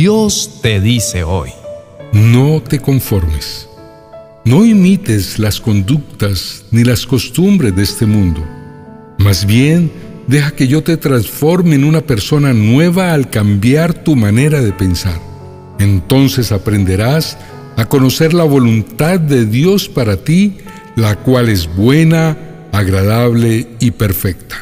Dios te dice hoy: no te conformes. No imites las conductas ni las costumbres de este mundo. Más bien, deja que yo te transforme en una persona nueva al cambiar tu manera de pensar. Entonces aprenderás a conocer la voluntad de Dios para ti, la cual es buena, agradable y perfecta.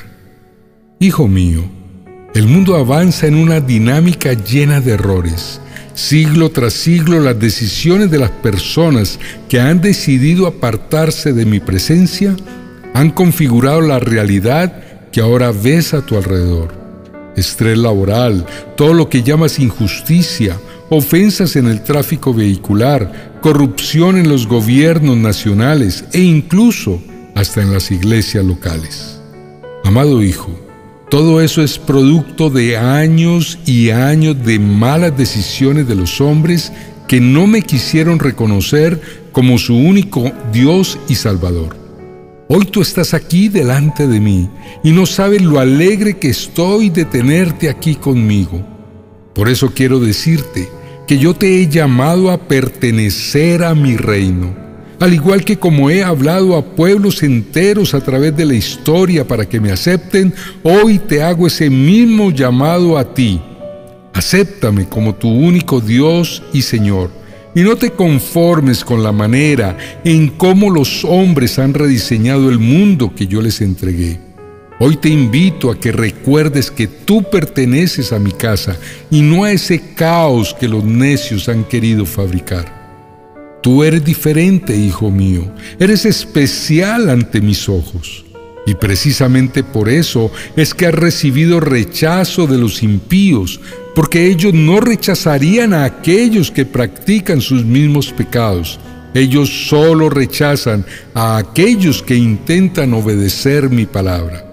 Hijo mío, el mundo avanza en una dinámica llena de errores. Siglo tras siglo, las decisiones de las personas que han decidido apartarse de mi presencia han configurado la realidad que ahora ves a tu alrededor. Estrés laboral, todo lo que llamas injusticia, ofensas en el tráfico vehicular, corrupción en los gobiernos nacionales e incluso hasta en las iglesias locales. Amado hijo, todo eso es producto de años y años de malas decisiones de los hombres que no me quisieron reconocer como su único Dios y Salvador. Hoy tú estás aquí delante de mí y no sabes lo alegre que estoy de tenerte aquí conmigo. Por eso quiero decirte que yo te he llamado a pertenecer a mi reino. Al igual que como he hablado a pueblos enteros a través de la historia para que me acepten, hoy te hago ese mismo llamado a ti. Acéptame como tu único Dios y Señor, y no te conformes con la manera en cómo los hombres han rediseñado el mundo que yo les entregué. Hoy te invito a que recuerdes que tú perteneces a mi casa y no a ese caos que los necios han querido fabricar. Tú eres diferente, hijo mío, eres especial ante mis ojos. Y precisamente por eso es que has recibido rechazo de los impíos, porque ellos no rechazarían a aquellos que practican sus mismos pecados. Ellos solo rechazan a aquellos que intentan obedecer mi palabra.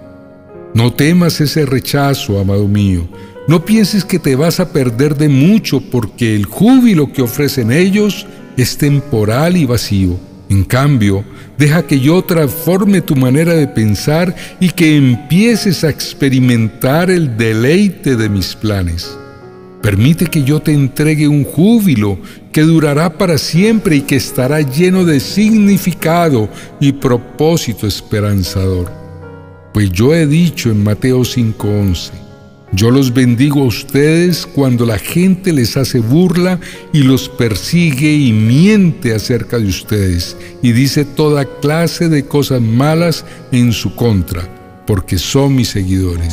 No temas ese rechazo, amado mío. No pienses que te vas a perder de mucho, porque el júbilo que ofrecen ellos es temporal y vacío. En cambio, deja que yo transforme tu manera de pensar y que empieces a experimentar el deleite de mis planes. Permite que yo te entregue un júbilo que durará para siempre y que estará lleno de significado y propósito esperanzador. Pues yo he dicho en Mateo 5:11, yo los bendigo a ustedes cuando la gente les hace burla y los persigue y miente acerca de ustedes y dice toda clase de cosas malas en su contra, porque son mis seguidores.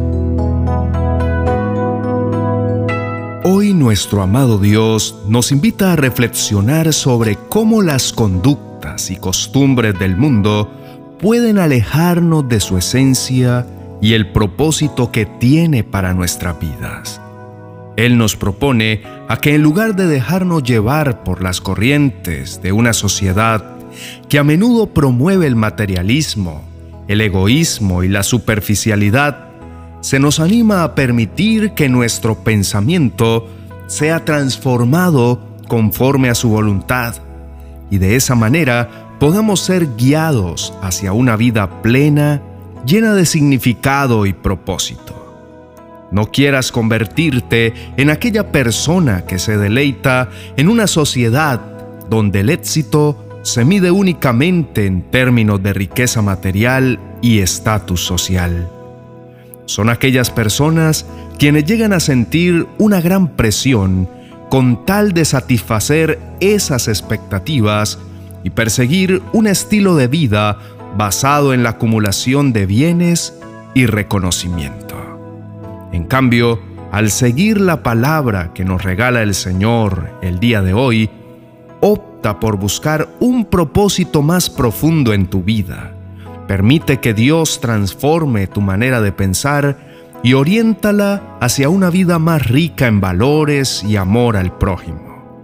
Hoy nuestro amado Dios nos invita a reflexionar sobre cómo las conductas y costumbres del mundo pueden alejarnos de su esencia y el propósito que tiene para nuestras vidas. Él nos propone a que en lugar de dejarnos llevar por las corrientes de una sociedad que a menudo promueve el materialismo, el egoísmo y la superficialidad, se nos anima a permitir que nuestro pensamiento sea transformado conforme a su voluntad y de esa manera podamos ser guiados hacia una vida plena, llena de significado y propósito. No quieras convertirte en aquella persona que se deleita en una sociedad donde el éxito se mide únicamente en términos de riqueza material y estatus social. Son aquellas personas quienes llegan a sentir una gran presión con tal de satisfacer esas expectativas y perseguir un estilo de vida basado en la acumulación de bienes y reconocimiento. En cambio, al seguir la palabra que nos regala el Señor el día de hoy, opta por buscar un propósito más profundo en tu vida. Permite que Dios transforme tu manera de pensar y oriéntala hacia una vida más rica en valores y amor al prójimo.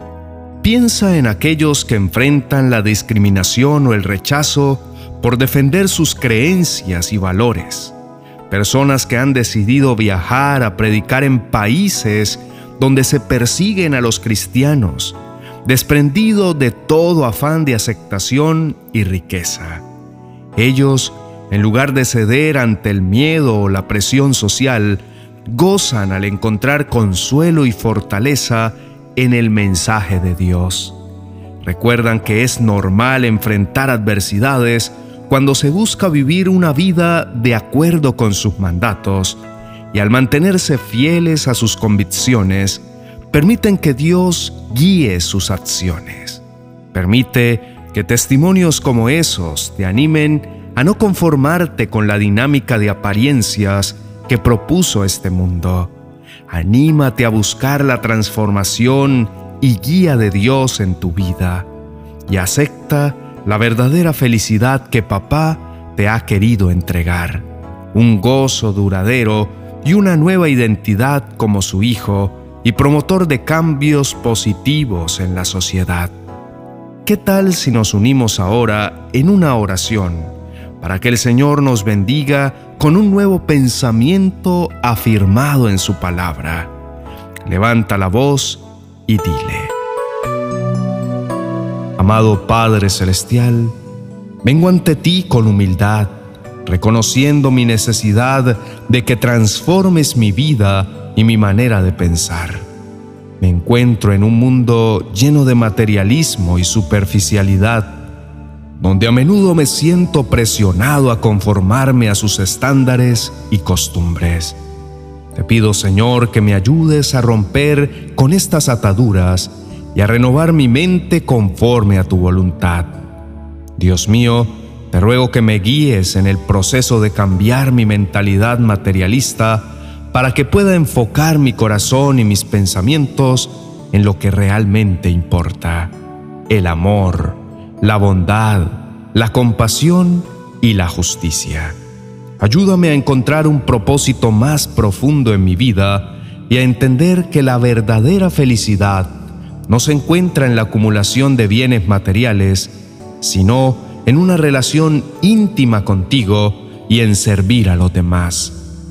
Piensa en aquellos que enfrentan la discriminación o el rechazo por defender sus creencias y valores. Personas que han decidido viajar a predicar en países donde se persiguen a los cristianos, desprendido de todo afán de aceptación y riqueza. Ellos, en lugar de ceder ante el miedo o la presión social, gozan al encontrar consuelo y fortaleza en el mensaje de Dios. Recuerdan que es normal enfrentar adversidades cuando se busca vivir una vida de acuerdo con sus mandatos, y al mantenerse fieles a sus convicciones, permiten que Dios guíe sus acciones. Permite que testimonios como esos te animen a no conformarte con la dinámica de apariencias que propuso este mundo. Anímate a buscar la transformación y guía de Dios en tu vida, y acepta la verdadera felicidad que Papá te ha querido entregar, un gozo duradero y una nueva identidad como su hijo y promotor de cambios positivos en la sociedad. ¿Qué tal si nos unimos ahora en una oración para que el Señor nos bendiga con un nuevo pensamiento afirmado en su palabra? Levanta la voz y dile: Amado Padre Celestial, vengo ante ti con humildad, reconociendo mi necesidad de que transformes mi vida y mi manera de pensar. Me encuentro en un mundo lleno de materialismo y superficialidad, donde a menudo me siento presionado a conformarme a sus estándares y costumbres. Te pido, Señor, que me ayudes a romper con estas ataduras y a renovar mi mente conforme a tu voluntad. Dios mío, te ruego que me guíes en el proceso de cambiar mi mentalidad materialista para que pueda enfocar mi corazón y mis pensamientos en lo que realmente importa: el amor, la bondad, la compasión y la justicia. Ayúdame a encontrar un propósito más profundo en mi vida y a entender que la verdadera felicidad no se encuentra en la acumulación de bienes materiales, sino en una relación íntima contigo y en servir a los demás.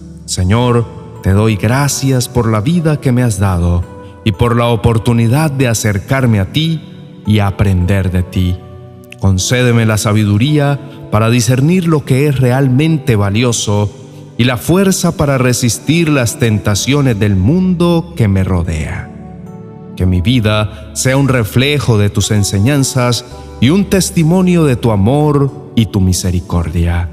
Señor, te doy gracias por la vida que me has dado y por la oportunidad de acercarme a ti y aprender de ti. Concédeme la sabiduría para discernir lo que es realmente valioso y la fuerza para resistir las tentaciones del mundo que me rodea. Que mi vida sea un reflejo de tus enseñanzas y un testimonio de tu amor y tu misericordia.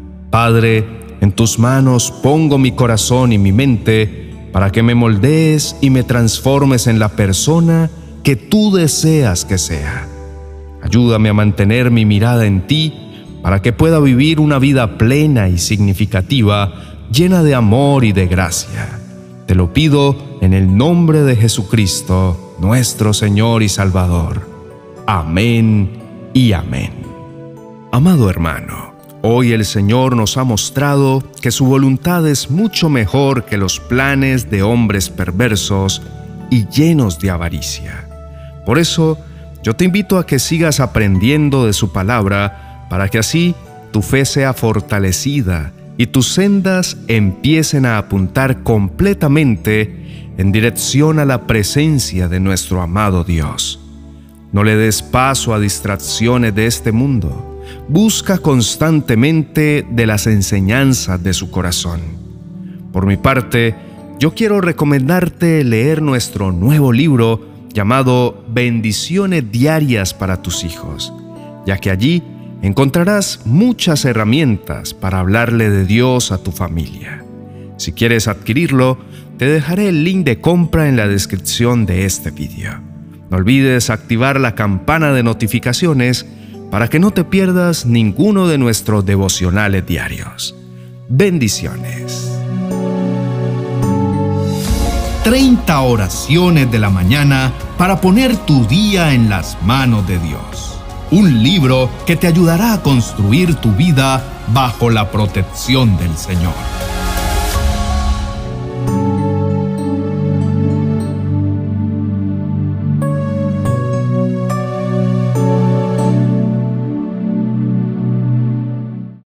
Padre, en tus manos pongo mi corazón y mi mente para que me moldees y me transformes en la persona que tú deseas que sea. Ayúdame a mantener mi mirada en ti para que pueda vivir una vida plena y significativa, llena de amor y de gracia. Te lo pido en el nombre de Jesucristo, nuestro Señor y Salvador. Amén y amén. Amado hermano, hoy el Señor nos ha mostrado que su voluntad es mucho mejor que los planes de hombres perversos y llenos de avaricia. Por eso, yo te invito a que sigas aprendiendo de su palabra para que así tu fe sea fortalecida y tus sendas empiecen a apuntar completamente en dirección a la presencia de nuestro amado Dios. No le des paso a distracciones de este mundo. Busca constantemente de las enseñanzas de su corazón. Por mi parte, yo quiero recomendarte leer nuestro nuevo libro llamado Bendiciones Diarias para tus hijos, ya que allí encontrarás muchas herramientas para hablarle de Dios a tu familia. Si quieres adquirirlo, te dejaré el link de compra en la descripción de este video. No olvides activar la campana de notificaciones para que no te pierdas ninguno de nuestros devocionales diarios. Bendiciones. 30 oraciones de la mañana para poner tu día en las manos de Dios. Un libro que te ayudará a construir tu vida bajo la protección del Señor.